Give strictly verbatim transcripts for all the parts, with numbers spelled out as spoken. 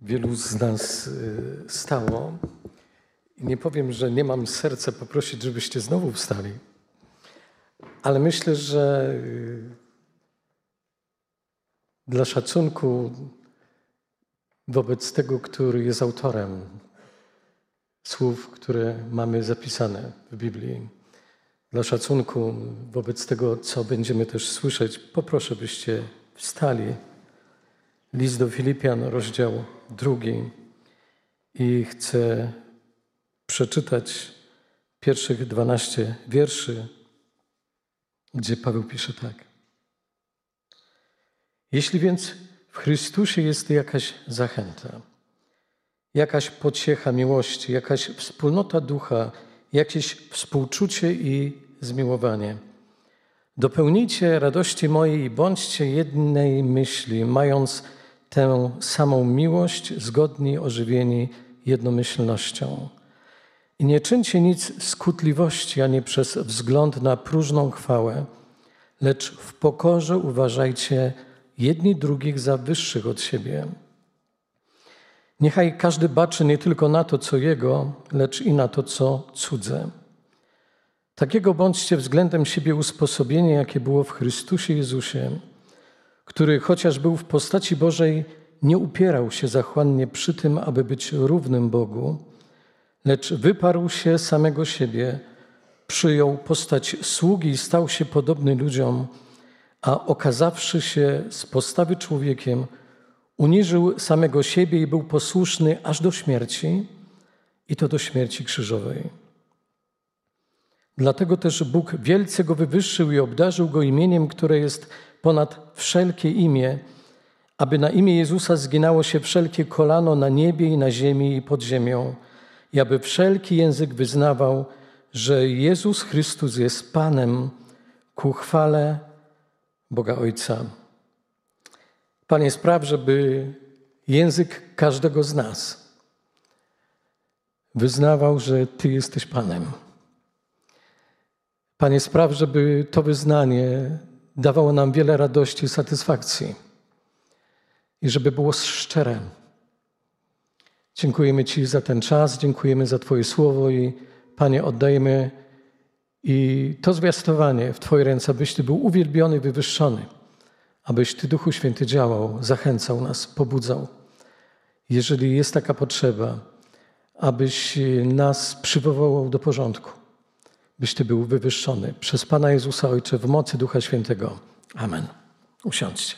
wielu z nas stało. I nie powiem, że nie mam serca poprosić, żebyście znowu wstali. Ale myślę, że dla szacunku wobec tego, który jest autorem słów, które mamy zapisane w Biblii, dla szacunku wobec tego, co będziemy też słyszeć, poproszę, byście wstali. List do Filipian, rozdział drugi. I chcę przeczytać pierwszych dwanaście wierszy, gdzie Paweł pisze tak. Jeśli więc w Chrystusie jest jakaś zachęta, jakaś pociecha miłości, jakaś wspólnota ducha, jakieś współczucie i zmiłowanie, dopełnijcie radości mojej i bądźcie jednej myśli, mając tę samą miłość, zgodni, ożywieni jednomyślnością. I nie czyńcie nic z kłótliwości, ani przez wzgląd na próżną chwałę, lecz w pokorze uważajcie jedni drugich za wyższych od siebie. Niechaj każdy baczy nie tylko na to, co jego, lecz i na to, co cudze. Takiego bądźcie względem siebie usposobienie, jakie było w Chrystusie Jezusie, który chociaż był w postaci Bożej, nie upierał się zachłannie przy tym, aby być równym Bogu, lecz wyparł się samego siebie, przyjął postać sługi i stał się podobny ludziom, a okazawszy się z postawy człowiekiem, uniżył samego siebie i był posłuszny aż do śmierci, i to do śmierci krzyżowej. Dlatego też Bóg wielce go wywyższył i obdarzył go imieniem, które jest ponad wszelkie imię, aby na imię Jezusa zginało się wszelkie kolano na niebie i na ziemi i pod ziemią, i aby wszelki język wyznawał, że Jezus Chrystus jest Panem ku chwale Boga Ojca. Panie, spraw, żeby język każdego z nas wyznawał, że Ty jesteś Panem. Panie, spraw, żeby to wyznanie dawało nam wiele radości i satysfakcji i żeby było szczere. Dziękujemy Ci za ten czas, dziękujemy za Twoje słowo i Panie, oddajemy i to zwiastowanie w Twoje ręce, abyś Ty był uwielbiony, wywyższony, abyś Ty, Duchu Święty, działał, zachęcał nas, pobudzał. Jeżeli jest taka potrzeba, abyś nas przywoływał do porządku, byś Ty był wywyższony przez Pana Jezusa, Ojcze, w mocy Ducha Świętego. Amen. Usiądźcie.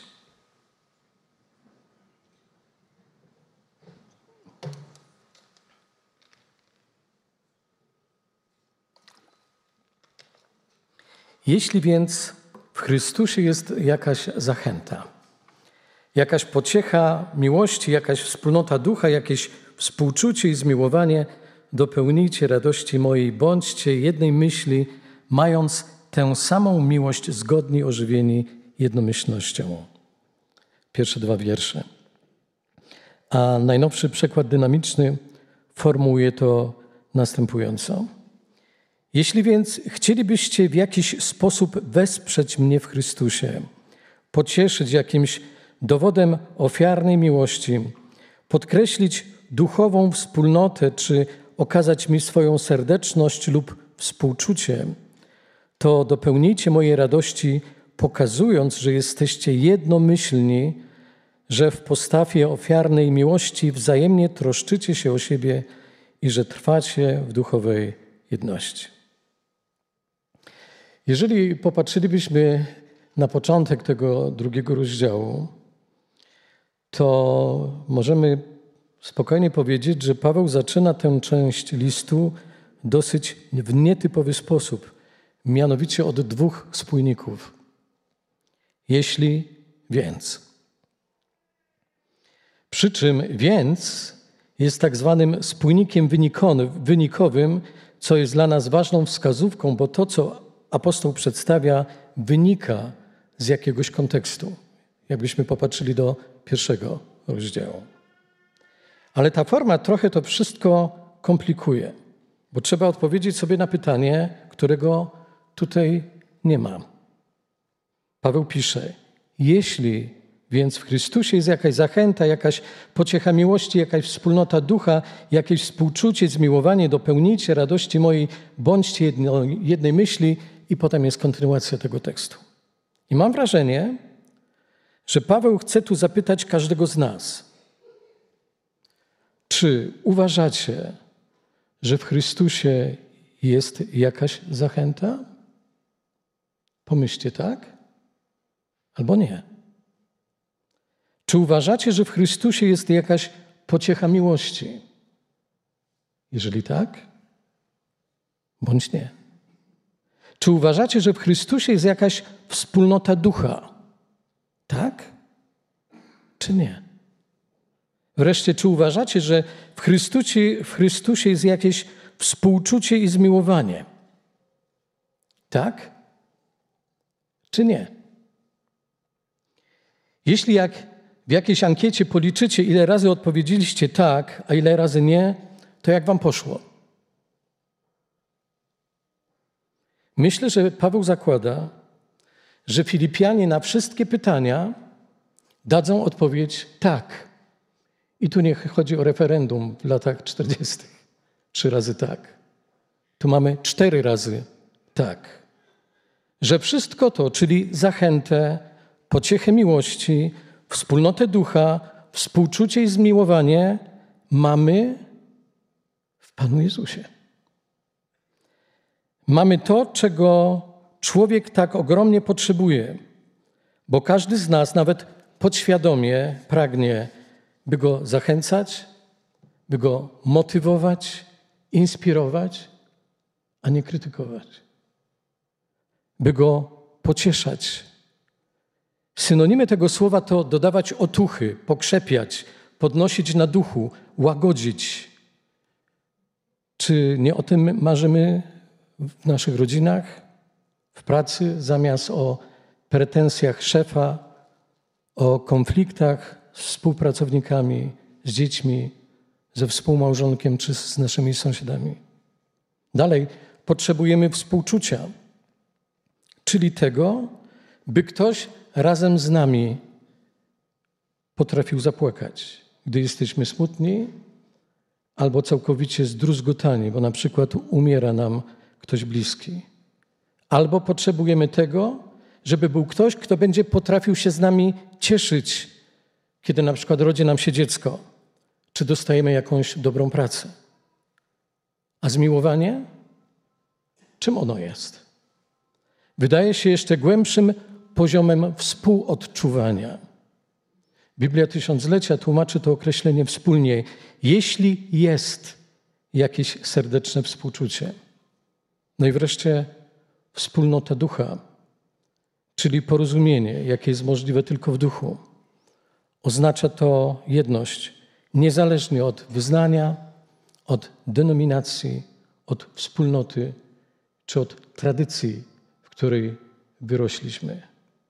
Jeśli więc w Chrystusie jest jakaś zachęta, jakaś pociecha miłości, jakaś wspólnota ducha, jakieś współczucie i zmiłowanie, dopełnijcie radości mojej, bądźcie jednej myśli, mając tę samą miłość, zgodni, ożywieni jednomyślnością. Pierwsze dwa wiersze. A najnowszy przekład dynamiczny formułuje to następująco. Jeśli więc chcielibyście w jakiś sposób wesprzeć mnie w Chrystusie, pocieszyć jakimś dowodem ofiarnej miłości, podkreślić duchową wspólnotę czy okazać mi swoją serdeczność lub współczucie, to dopełnijcie mojej radości, pokazując, że jesteście jednomyślni, że w postawie ofiarnej miłości wzajemnie troszczycie się o siebie i że trwacie w duchowej jedności. Jeżeli popatrzylibyśmy na początek tego drugiego rozdziału, to możemy spokojnie powiedzieć, że Paweł zaczyna tę część listu dosyć w nietypowy sposób, mianowicie od dwóch spójników. Jeśli więc. Przy czym więc jest tak zwanym spójnikiem wynikowym, co jest dla nas ważną wskazówką, bo to, co apostoł przedstawia, wynika z jakiegoś kontekstu, jakbyśmy popatrzyli do pierwszego rozdziału. Ale ta forma trochę to wszystko komplikuje, bo trzeba odpowiedzieć sobie na pytanie, którego tutaj nie ma. Paweł pisze, jeśli więc w Chrystusie jest jakaś zachęta, jakaś pociecha miłości, jakaś wspólnota ducha, jakieś współczucie, zmiłowanie, dopełnijcie radości mojej, bądźcie jedno, jednej myśli i potem jest kontynuacja tego tekstu. I mam wrażenie, że Paweł chce tu zapytać każdego z nas, czy uważacie, że w Chrystusie jest jakaś zachęta? Pomyślcie tak albo nie. Czy uważacie, że w Chrystusie jest jakaś pociecha miłości? Jeżeli tak, bądź nie. Czy uważacie, że w Chrystusie jest jakaś wspólnota ducha? Tak czy nie? Wreszcie, czy uważacie, że w Chrystusie, w Chrystusie jest jakieś współczucie i zmiłowanie? Tak czy nie? Jeśli jak w jakiejś ankiecie policzycie, ile razy odpowiedzieliście tak, a ile razy nie, to jak wam poszło? Myślę, że Paweł zakłada, że Filipianie na wszystkie pytania dadzą odpowiedź tak. I tu nie chodzi o referendum w latach czterdziestych. Trzy razy tak. Tu mamy cztery razy tak. Że wszystko to, czyli zachętę, pociechę miłości, wspólnotę ducha, współczucie i zmiłowanie mamy w Panu Jezusie. Mamy to, czego człowiek tak ogromnie potrzebuje, bo każdy z nas nawet podświadomie pragnie, by go zachęcać, by go motywować, inspirować, a nie krytykować. By go pocieszać. Synonimy tego słowa to dodawać otuchy, pokrzepiać, podnosić na duchu, łagodzić. Czy nie o tym marzymy w naszych rodzinach, w pracy, zamiast o pretensjach szefa, o konfliktach z współpracownikami, z dziećmi, ze współmałżonkiem czy z naszymi sąsiadami? Dalej, potrzebujemy współczucia, czyli tego, by ktoś razem z nami potrafił zapłakać, gdy jesteśmy smutni albo całkowicie zdruzgotani, bo na przykład umiera nam ktoś bliski. Albo potrzebujemy tego, żeby był ktoś, kto będzie potrafił się z nami cieszyć, kiedy na przykład rodzi nam się dziecko, czy dostajemy jakąś dobrą pracę. A zmiłowanie? Czym ono jest? Wydaje się jeszcze głębszym poziomem współodczuwania. Biblia Tysiąclecia tłumaczy to określenie wspólnie. Jeśli jest jakieś serdeczne współczucie. No i wreszcie wspólnota ducha, czyli porozumienie, jakie jest możliwe tylko w duchu. Oznacza to jedność, niezależnie od wyznania, od denominacji, od wspólnoty czy od tradycji, w której wyrośliśmy.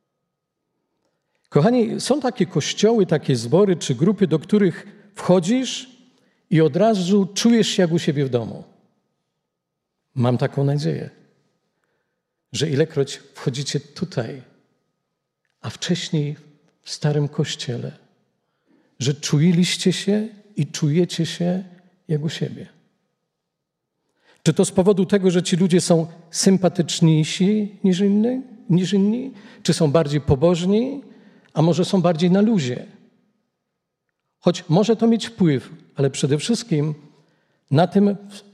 Kochani, są takie kościoły, takie zbory czy grupy, do których wchodzisz i od razu czujesz się jak u siebie w domu. Mam taką nadzieję, że ilekroć wchodzicie tutaj, a wcześniej w starym kościele, że czujeliście się i czujecie się jak u siebie. Czy to z powodu tego, że ci ludzie są sympatyczniejsi niż inni, niż inni? Czy są bardziej pobożni? A może są bardziej na luzie? Choć może to mieć wpływ, ale przede wszystkim na tym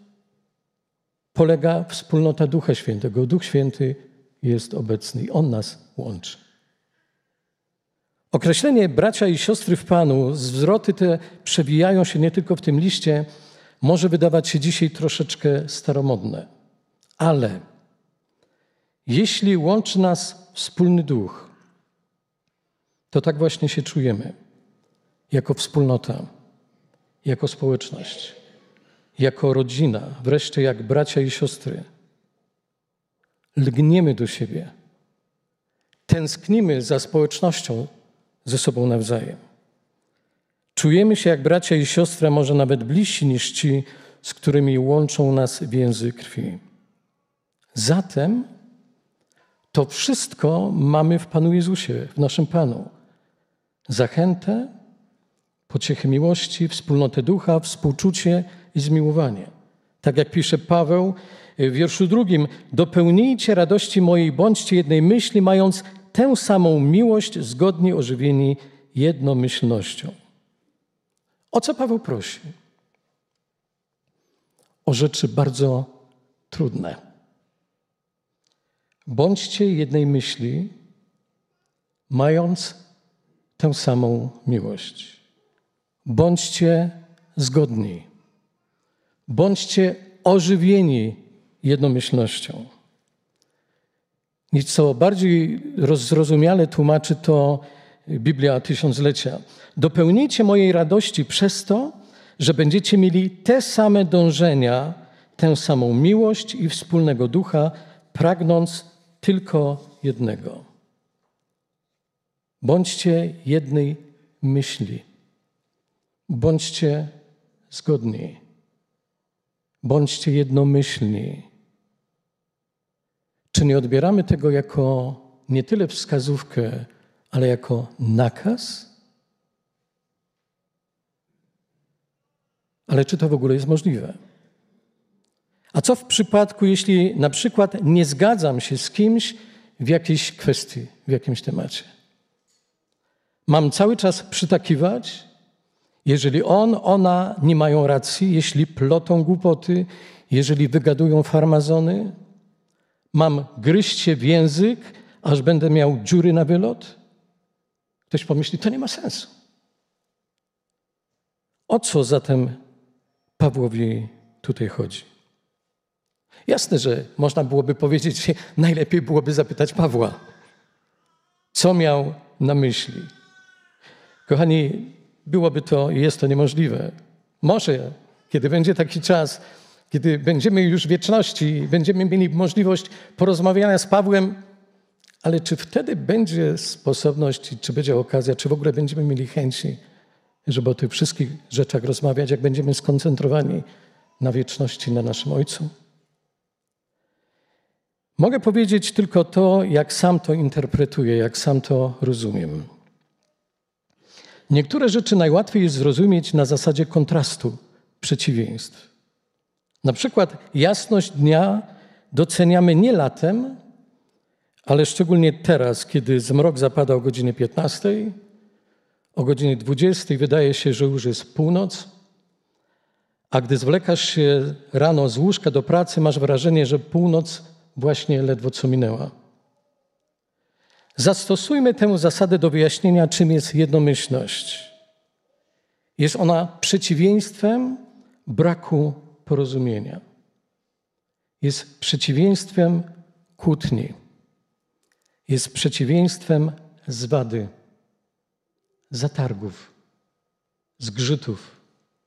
polega wspólnota Ducha Świętego. Duch Święty jest obecny i On nas łączy. Określenie bracia i siostry w Panu, zwroty te przewijają się nie tylko w tym liście, może wydawać się dzisiaj troszeczkę staromodne. Ale jeśli łączy nas wspólny duch, to tak właśnie się czujemy. Jako wspólnota, jako społeczność, jako rodzina, wreszcie jak bracia i siostry. Lgniemy do siebie. Tęsknimy za społecznością ze sobą nawzajem. Czujemy się jak bracia i siostry, a może nawet bliżsi niż ci, z którymi łączą nas więzy krwi. Zatem to wszystko mamy w Panu Jezusie, w naszym Panu. zachętę, pociechę miłości, wspólnotę ducha, współczucie i zmiłowanie. Tak jak pisze Paweł w wierszu drugim, dopełnijcie radości mojej, bądźcie jednej myśli, mając tę samą miłość, zgodnie ożywieni jednomyślnością. O co Paweł prosi? O rzeczy bardzo trudne. Bądźcie jednej myśli, mając tę samą miłość. Bądźcie zgodni. Bądźcie ożywieni jednomyślnością. Nieco bardziej zrozumiale tłumaczy to Biblia Tysiąclecia. Dopełnijcie mojej radości przez to, że będziecie mieli te same dążenia, tę samą miłość i wspólnego ducha, pragnąc tylko jednego. Bądźcie jednej myśli. Bądźcie zgodni. Bądźcie jednomyślni. Czy nie odbieramy tego jako nie tyle wskazówkę, ale jako nakaz? Ale czy to w ogóle jest możliwe? A co w przypadku, jeśli na przykład nie zgadzam się z kimś w jakiejś kwestii, w jakimś temacie? Mam cały czas przytakiwać, jeżeli on, ona nie mają racji, jeśli plotą głupoty, jeżeli wygadują farmazony? Mam gryźć się w język, aż będę miał dziury na wylot? Ktoś pomyśli, to nie ma sensu. O co zatem Pawłowi tutaj chodzi? Jasne, że można byłoby powiedzieć, że najlepiej byłoby zapytać Pawła, co miał na myśli. Kochani, byłoby to i jest to niemożliwe. Może, kiedy będzie taki czas, kiedy będziemy już w wieczności, będziemy mieli możliwość porozmawiania z Pawłem, ale czy wtedy będzie sposobność, czy będzie okazja, czy w ogóle będziemy mieli chęci, żeby o tych wszystkich rzeczach rozmawiać, jak będziemy skoncentrowani na wieczności, na naszym Ojcu? Mogę powiedzieć tylko to, jak sam to interpretuję, jak sam to rozumiem. Niektóre rzeczy najłatwiej jest zrozumieć na zasadzie kontrastu, przeciwieństw. Na przykład jasność dnia doceniamy nie latem, ale szczególnie teraz, kiedy zmrok zapada o godzinie piętnastej, o godzinie dwudziestej wydaje się, że już jest północ, a gdy zwlekasz się rano z łóżka do pracy, masz wrażenie, że północ właśnie ledwo co minęła. Zastosujmy tę zasadę do wyjaśnienia, czym jest jednomyślność. Jest ona przeciwieństwem braku porozumienia. Jest przeciwieństwem kłótni. Jest przeciwieństwem zwady, zatargów, zgrzytów.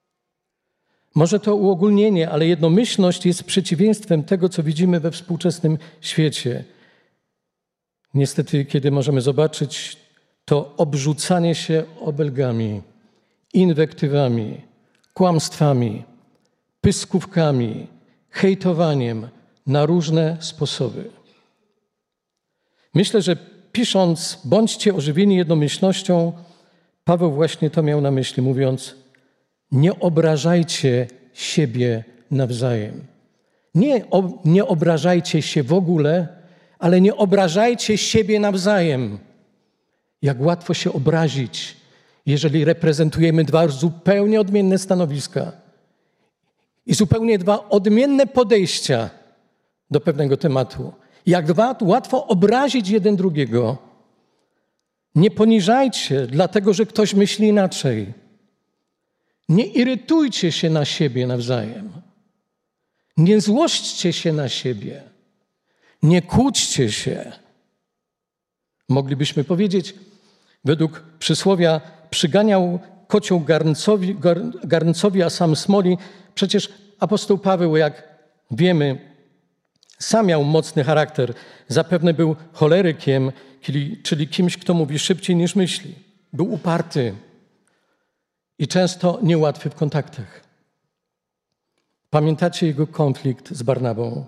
Może to uogólnienie, ale jednomyślność jest przeciwieństwem tego, co widzimy we współczesnym świecie. Niestety, kiedy możemy zobaczyć to obrzucanie się obelgami, inwektywami, kłamstwami, pyskówkami, hejtowaniem na różne sposoby. Myślę, że pisząc bądźcie ożywieni jednomyślnością, Paweł właśnie to miał na myśli, mówiąc nie obrażajcie siebie nawzajem. Nie, o, nie obrażajcie się w ogóle, ale nie obrażajcie siebie nawzajem. Jak łatwo się obrazić, jeżeli reprezentujemy dwa zupełnie odmienne stanowiska i zupełnie dwa odmienne podejścia do pewnego tematu. Jak łatwo obrazić jeden drugiego. Nie poniżajcie, dlatego że ktoś myśli inaczej. Nie irytujcie się na siebie nawzajem. Nie złośćcie się na siebie. Nie kłóćcie się. Moglibyśmy powiedzieć, według przysłowia przyganiał kocioł garncowi, garncowi, a sam smoli. Przecież apostoł Paweł, jak wiemy, sam miał mocny charakter. Zapewne był cholerykiem, czyli, czyli kimś, kto mówi szybciej niż myśli. Był uparty i często niełatwy w kontaktach. Pamiętacie jego konflikt z Barnabą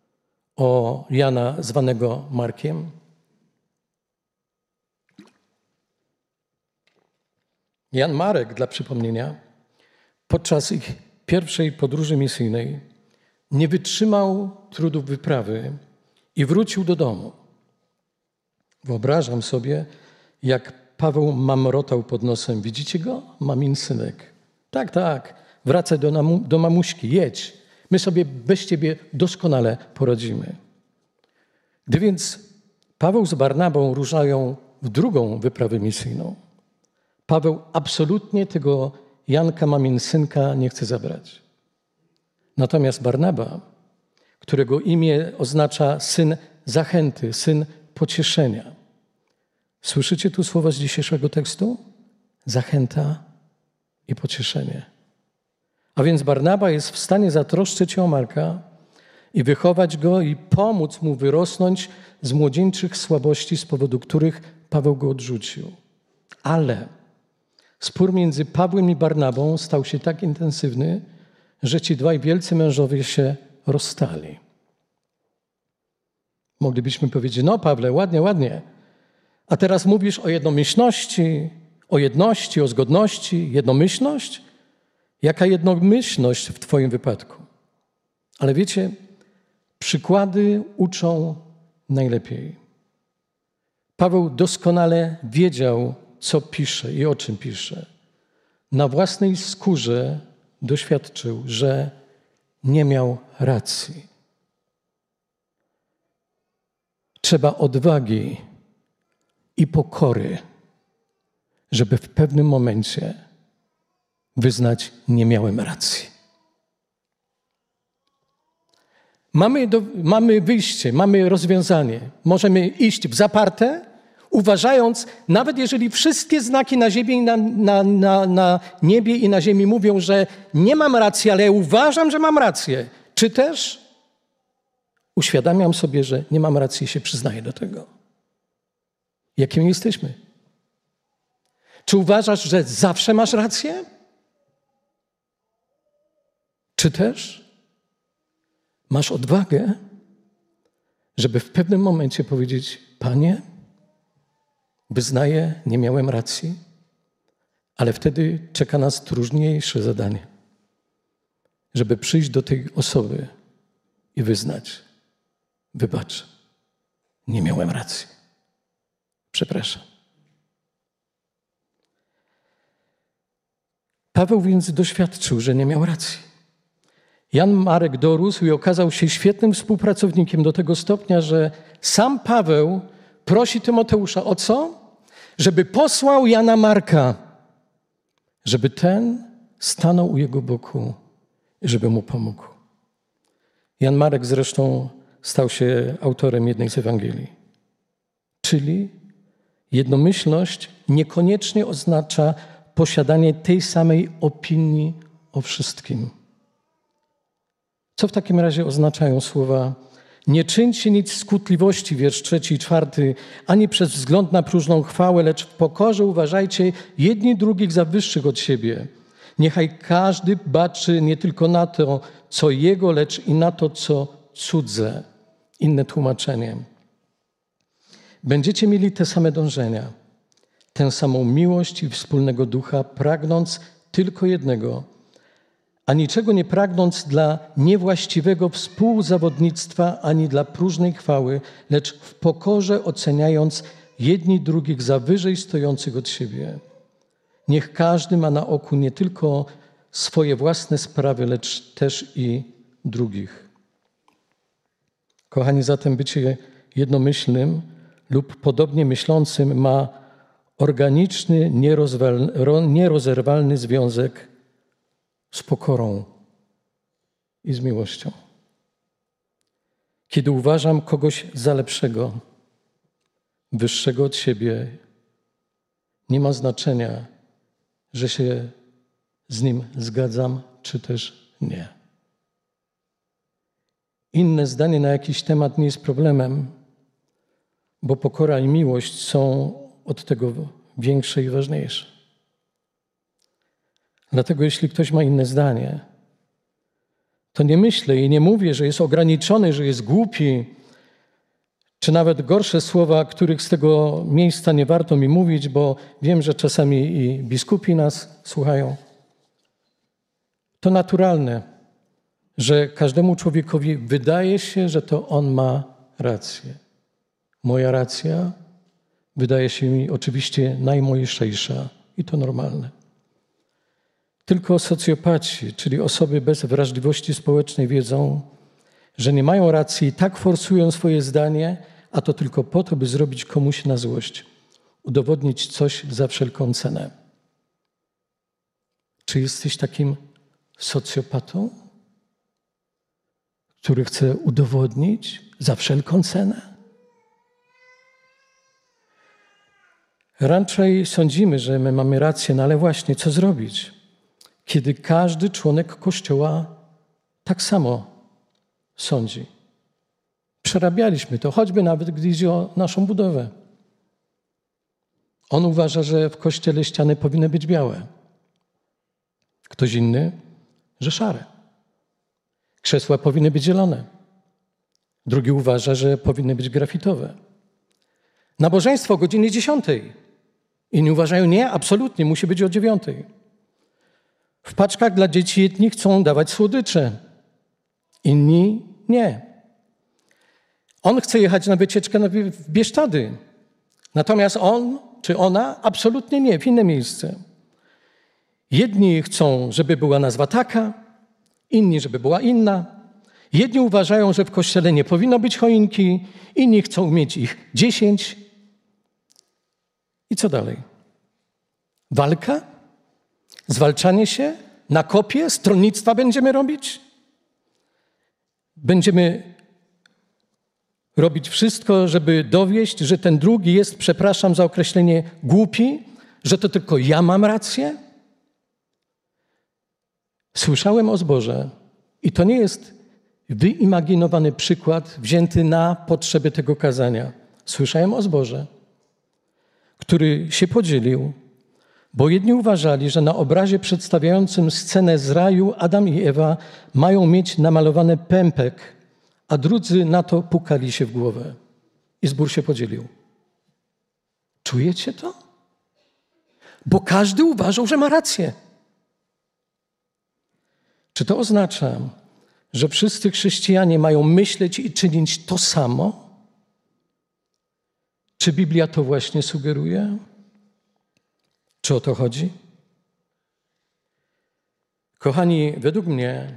o Jana zwanego Markiem? Jan Marek, dla przypomnienia, podczas ich pierwszej podróży misyjnej nie wytrzymał trudów wyprawy i wrócił do domu. Wyobrażam sobie, jak Paweł mamrotał pod nosem. Widzicie go? Mamin synek. Tak, tak, wracaj do, namu- do mamuśki, jedź. My sobie bez ciebie doskonale poradzimy. Gdy więc Paweł z Barnabą ruszają w drugą wyprawę misyjną, Paweł absolutnie tego Janka, mamin synka, nie chce zabrać. Natomiast Barnaba, którego imię oznacza syn zachęty, syn pocieszenia. Słyszycie tu słowa z dzisiejszego tekstu? Zachęta i pocieszenie. A więc Barnaba jest w stanie zatroszczyć się o Marka i wychować go i pomóc mu wyrosnąć z młodzieńczych słabości, z powodu których Paweł go odrzucił. Ale spór między Pawłem i Barnabą stał się tak intensywny, że ci dwaj wielcy mężowie się rozstali. Moglibyśmy powiedzieć, no Pawle, ładnie, ładnie, a teraz mówisz o jednomyślności, o jedności, o zgodności, jednomyślność? Jaka jednomyślność w twoim wypadku? Ale wiecie, przykłady uczą najlepiej. Paweł doskonale wiedział, co pisze i o czym pisze. Na własnej skórze doświadczył, że nie miał racji. Trzeba odwagi i pokory, żeby w pewnym momencie wyznać, nie miałem racji. Mamy, do, mamy wyjście, mamy rozwiązanie. Możemy iść w zaparte, uważając, nawet jeżeli wszystkie znaki na ziemi i na, na, na, na niebie i na ziemi mówią, że nie mam racji, ale ja uważam, że mam rację. Czy też uświadamiam sobie, że nie mam racji i się przyznaję do tego. Jakim jesteśmy? Czy uważasz, że zawsze masz rację? Czy też masz odwagę, żeby w pewnym momencie powiedzieć, Panie, wyznaję, nie miałem racji, ale wtedy czeka nas trudniejsze zadanie, żeby przyjść do tej osoby i wyznać, wybacz, nie miałem racji, przepraszam. Paweł więc doświadczył, że nie miał racji. Jan Marek dorósł i okazał się świetnym współpracownikiem do tego stopnia, że sam Paweł prosi Tymoteusza o co? Żeby posłał Jana Marka, żeby ten stanął u jego boku i żeby mu pomógł. Jan Marek zresztą stał się autorem jednej z Ewangelii. Czyli jednomyślność niekoniecznie oznacza posiadanie tej samej opinii o wszystkim. Co w takim razie oznaczają słowa nie czyńcie nic skutliwości, wiersz trzeci i czwarty, ani przez wzgląd na próżną chwałę, lecz w pokorze uważajcie jedni drugich za wyższych od siebie. Niechaj każdy baczy nie tylko na to, co jego, lecz i na to, co cudze. Inne tłumaczenie. Będziecie mieli te same dążenia, tę samą miłość i wspólnego ducha, pragnąc tylko jednego, a niczego nie pragnąc dla niewłaściwego współzawodnictwa ani dla próżnej chwały, lecz w pokorze oceniając jedni drugich za wyżej stojących od siebie. Niech każdy ma na oku nie tylko swoje własne sprawy, lecz też i drugich. Kochani, zatem bycie jednomyślnym lub podobnie myślącym ma organiczny, nierozerwalny związek z pokorą i z miłością. Kiedy uważam kogoś za lepszego, wyższego od siebie, nie ma znaczenia, że się z nim zgadzam, czy też nie. Inne zdanie na jakiś temat nie jest problemem, bo pokora i miłość są od tego większe i ważniejsze. Dlatego jeśli ktoś ma inne zdanie, to nie myślę i nie mówię, że jest ograniczony, że jest głupi, czy nawet gorsze słowa, których z tego miejsca nie warto mi mówić, bo wiem, że czasami i biskupi nas słuchają. To naturalne, że każdemu człowiekowi wydaje się, że to on ma rację. Moja racja wydaje się mi oczywiście najmojszejsza i to normalne. Tylko socjopaci, czyli osoby bez wrażliwości społecznej, wiedzą, że nie mają racji i tak forsują swoje zdanie, a to tylko po to, by zrobić komuś na złość, udowodnić coś za wszelką cenę. Czy jesteś takim socjopatą, który chce udowodnić za wszelką cenę? Raczej sądzimy, że my mamy rację, no ale właśnie, co zrobić, kiedy każdy członek Kościoła tak samo sądzi? Przerabialiśmy to, choćby nawet gdy idzie o naszą budowę. On uważa, że w Kościele ściany powinny być białe. Ktoś inny, że szare. Krzesła powinny być zielone. Drugi uważa, że powinny być grafitowe. Nabożeństwo o godzinie dziesiątej. Inni uważają, nie, absolutnie, musi być o dziewiątej. W paczkach dla dzieci jedni chcą dawać słodycze, inni nie. On chce jechać na wycieczkę w Bieszczady, natomiast on czy ona absolutnie nie, w inne miejsce. Jedni chcą, żeby była nazwa taka, inni, żeby była inna. Jedni uważają, że w Kościele nie powinno być choinki, inni chcą mieć ich dziesięć. I co dalej? Walka? Zwalczanie się? Na kopie? Stronnictwa będziemy robić? Będziemy robić wszystko, żeby dowieść, że ten drugi jest, przepraszam za określenie, głupi, że to tylko ja mam rację? Słyszałem o zborze i to nie jest wyimaginowany przykład wzięty na potrzeby tego kazania. Słyszałem o zborze, który się podzielił, bo jedni uważali, że na obrazie przedstawiającym scenę z raju Adam i Ewa mają mieć namalowany pępek, a drudzy na to pukali się w głowę. I zbór się podzielił. Czujecie to? Bo każdy uważał, że ma rację. Czy to oznacza, że wszyscy chrześcijanie mają myśleć i czynić to samo? Czy Biblia to właśnie sugeruje? Czy o to chodzi? Kochani, według mnie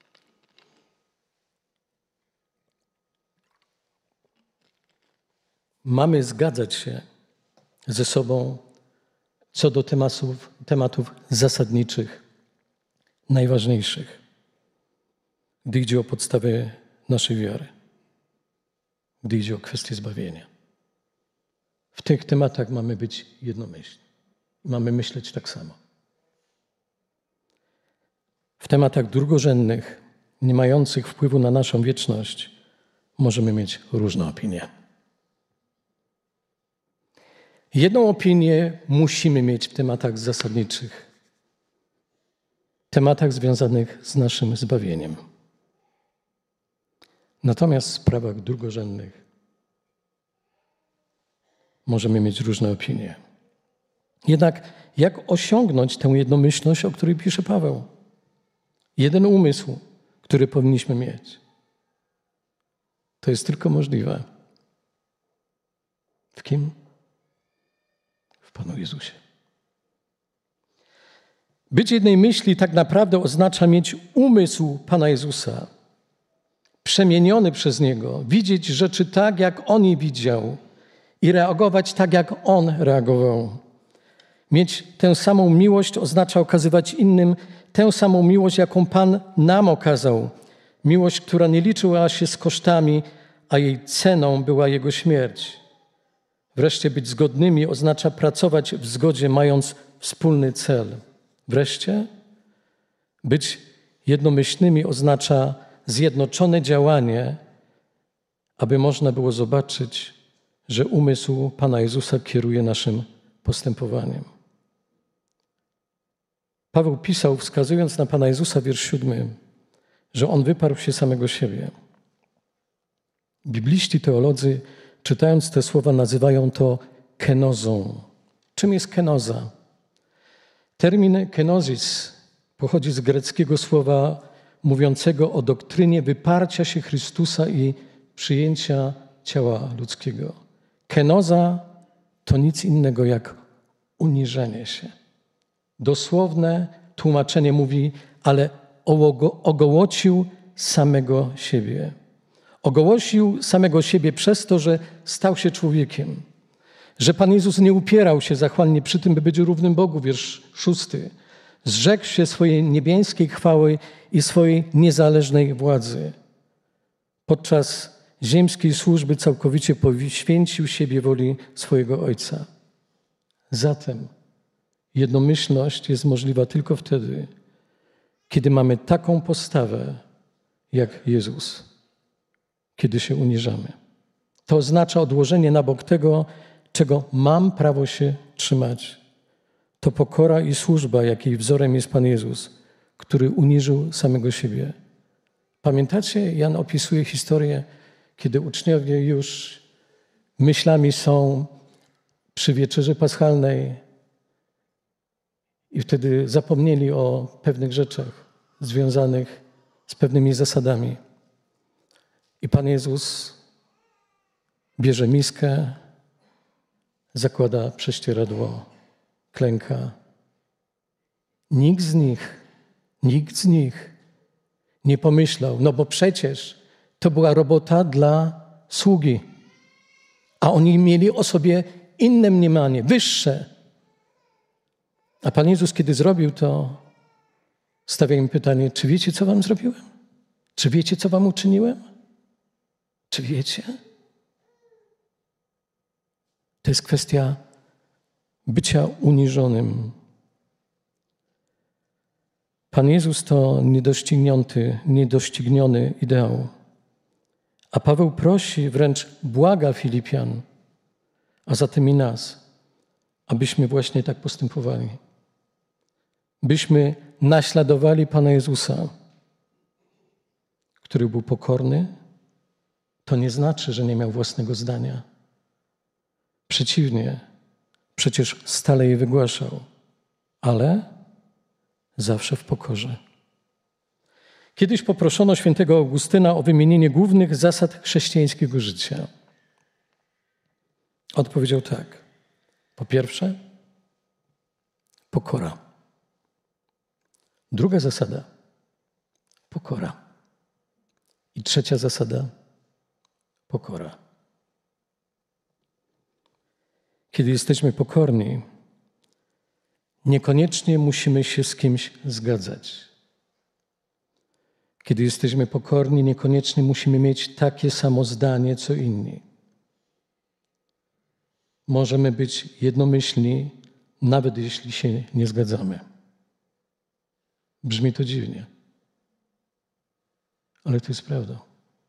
mamy zgadzać się ze sobą co do tematów, tematów zasadniczych, najważniejszych, gdy idzie o podstawę naszej wiary, gdy idzie o kwestię zbawienia. W tych tematach mamy być jednomyślni. Mamy myśleć tak samo. W tematach drugorzędnych, nie mających wpływu na naszą wieczność, możemy mieć różne opinie. Jedną opinię musimy mieć w tematach zasadniczych, tematach związanych z naszym zbawieniem. Natomiast w sprawach drugorzędnych możemy mieć różne opinie. Jednak jak osiągnąć tę jednomyślność, o której pisze Paweł? Jeden umysł, który powinniśmy mieć. To jest tylko możliwe. W kim? W Panu Jezusie. Być jednej myśli tak naprawdę oznacza mieć umysł Pana Jezusa, przemieniony przez Niego, widzieć rzeczy tak, jak On je widział i reagować tak, jak On reagował. Mieć tę samą miłość oznacza okazywać innym tę samą miłość, jaką Pan nam okazał. Miłość, która nie liczyła się z kosztami, a jej ceną była Jego śmierć. Wreszcie być zgodnymi oznacza pracować w zgodzie, mając wspólny cel. Wreszcie być jednomyślnymi oznacza zjednoczone działanie, aby można było zobaczyć, że umysł Pana Jezusa kieruje naszym postępowaniem. Paweł pisał, wskazując na Pana Jezusa, wiersz siódmy, że On wyparł się samego siebie. Bibliści, teolodzy czytając te słowa, nazywają to kenozą. Czym jest kenoza? Termin kenozis pochodzi z greckiego słowa mówiącego o doktrynie wyparcia się Chrystusa i przyjęcia ciała ludzkiego. Kenoza to nic innego jak uniżenie się. Dosłowne tłumaczenie mówi, ale ogołocił samego siebie. Ogołocił samego siebie przez to, że stał się człowiekiem. Że Pan Jezus nie upierał się zachłannie przy tym, by być równym Bogu, wiersz szósty. Zrzekł się swojej niebiańskiej chwały i swojej niezależnej władzy. Podczas ziemskiej służby całkowicie poświęcił siebie woli swojego Ojca. Zatem jednomyślność jest możliwa tylko wtedy, kiedy mamy taką postawę jak Jezus, kiedy się uniżamy. To oznacza odłożenie na bok tego, czego mam prawo się trzymać. To pokora i służba, jakiej wzorem jest Pan Jezus, który uniżył samego siebie. Pamiętacie, Jan opisuje historię, kiedy uczniowie już myślami są przy wieczerzy paschalnej i wtedy zapomnieli o pewnych rzeczach związanych z pewnymi zasadami. I Pan Jezus bierze miskę, zakłada prześcieradło, klęka. Nikt z nich, nikt z nich nie pomyślał, no bo przecież to była robota dla sługi, a oni mieli o sobie inne mniemanie, wyższe. A Pan Jezus, kiedy zrobił to, stawia im pytanie, czy wiecie, co wam zrobiłem? Czy wiecie, co wam uczyniłem? Czy wiecie? To jest kwestia bycia uniżonym. Pan Jezus to niedoścignięty, niedościgniony ideał. A Paweł prosi, wręcz błaga Filipian, a zatem i nas, abyśmy właśnie tak postępowali. Byśmy naśladowali Pana Jezusa, który był pokorny. To nie znaczy, że nie miał własnego zdania. Przeciwnie, przecież stale je wygłaszał, ale zawsze w pokorze. Kiedyś poproszono świętego Augustyna o wymienienie głównych zasad chrześcijańskiego życia. Odpowiedział tak. Po pierwsze, pokora. Druga zasada, pokora. I trzecia zasada, pokora. Kiedy jesteśmy pokorni, niekoniecznie musimy się z kimś zgadzać. Kiedy jesteśmy pokorni, niekoniecznie musimy mieć takie samo zdanie, co inni. Możemy być jednomyślni, nawet jeśli się nie zgadzamy. Brzmi to dziwnie, ale to jest prawda.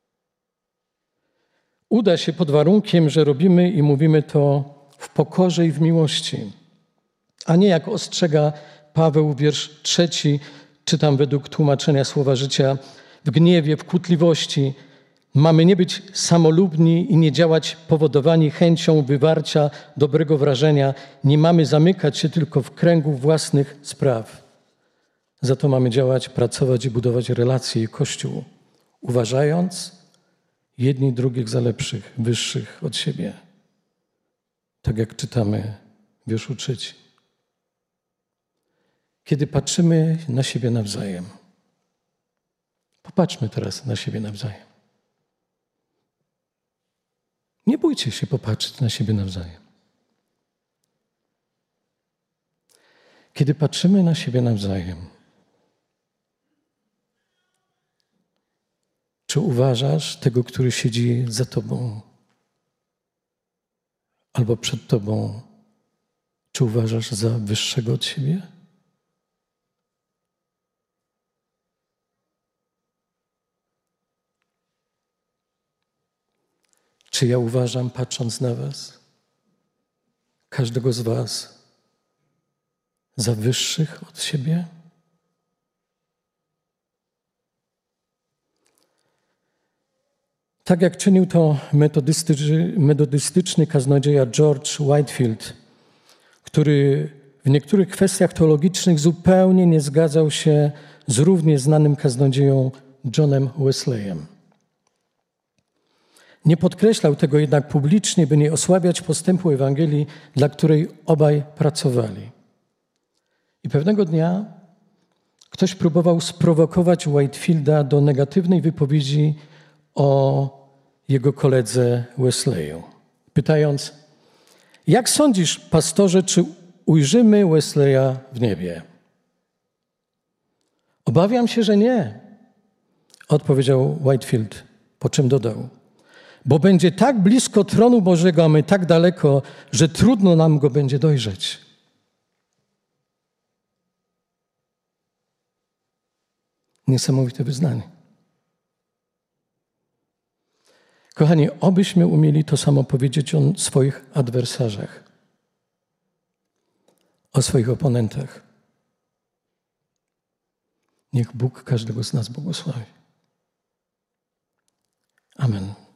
Uda się pod warunkiem, że robimy i mówimy to w pokorze i w miłości, a nie jak ostrzega Paweł, wiersz trzeci, czytam według tłumaczenia Słowa Życia, w gniewie, w kłótliwości. Mamy nie być samolubni i nie działać powodowani chęcią wywarcia dobrego wrażenia. Nie mamy zamykać się tylko w kręgu własnych spraw. Za to mamy działać, pracować i budować relacje i Kościół, uważając jedni drugich za lepszych, wyższych od siebie. Tak jak czytamy w wierszu trzecim. Kiedy patrzymy na siebie nawzajem. Popatrzmy teraz na siebie nawzajem. Nie bójcie się popatrzeć na siebie nawzajem. Kiedy patrzymy na siebie nawzajem, czy uważasz tego, który siedzi za tobą albo przed tobą, czy uważasz za wyższego od siebie? Czy ja uważam, patrząc na was, każdego z was za wyższych od siebie? Tak jak czynił to metodystyczny, metodystyczny kaznodzieja George Whitefield, który w niektórych kwestiach teologicznych zupełnie nie zgadzał się z równie znanym kaznodzieją Johnem Wesleyem. Nie podkreślał tego jednak publicznie, by nie osłabiać postępu Ewangelii, dla której obaj pracowali. I pewnego dnia ktoś próbował sprowokować Whitefielda do negatywnej wypowiedzi o jego koledze Wesleyu, pytając: jak sądzisz, pastorze, czy ujrzymy Wesleya w niebie? Obawiam się, że nie, odpowiedział Whitefield, po czym dodał: bo będzie tak blisko tronu Bożego, a my tak daleko, że trudno nam go będzie dojrzeć. Niesamowite wyznanie. Kochani, obyśmy umieli to samo powiedzieć o swoich adwersarzach, o swoich oponentach. Niech Bóg każdego z nas błogosławi. Amen.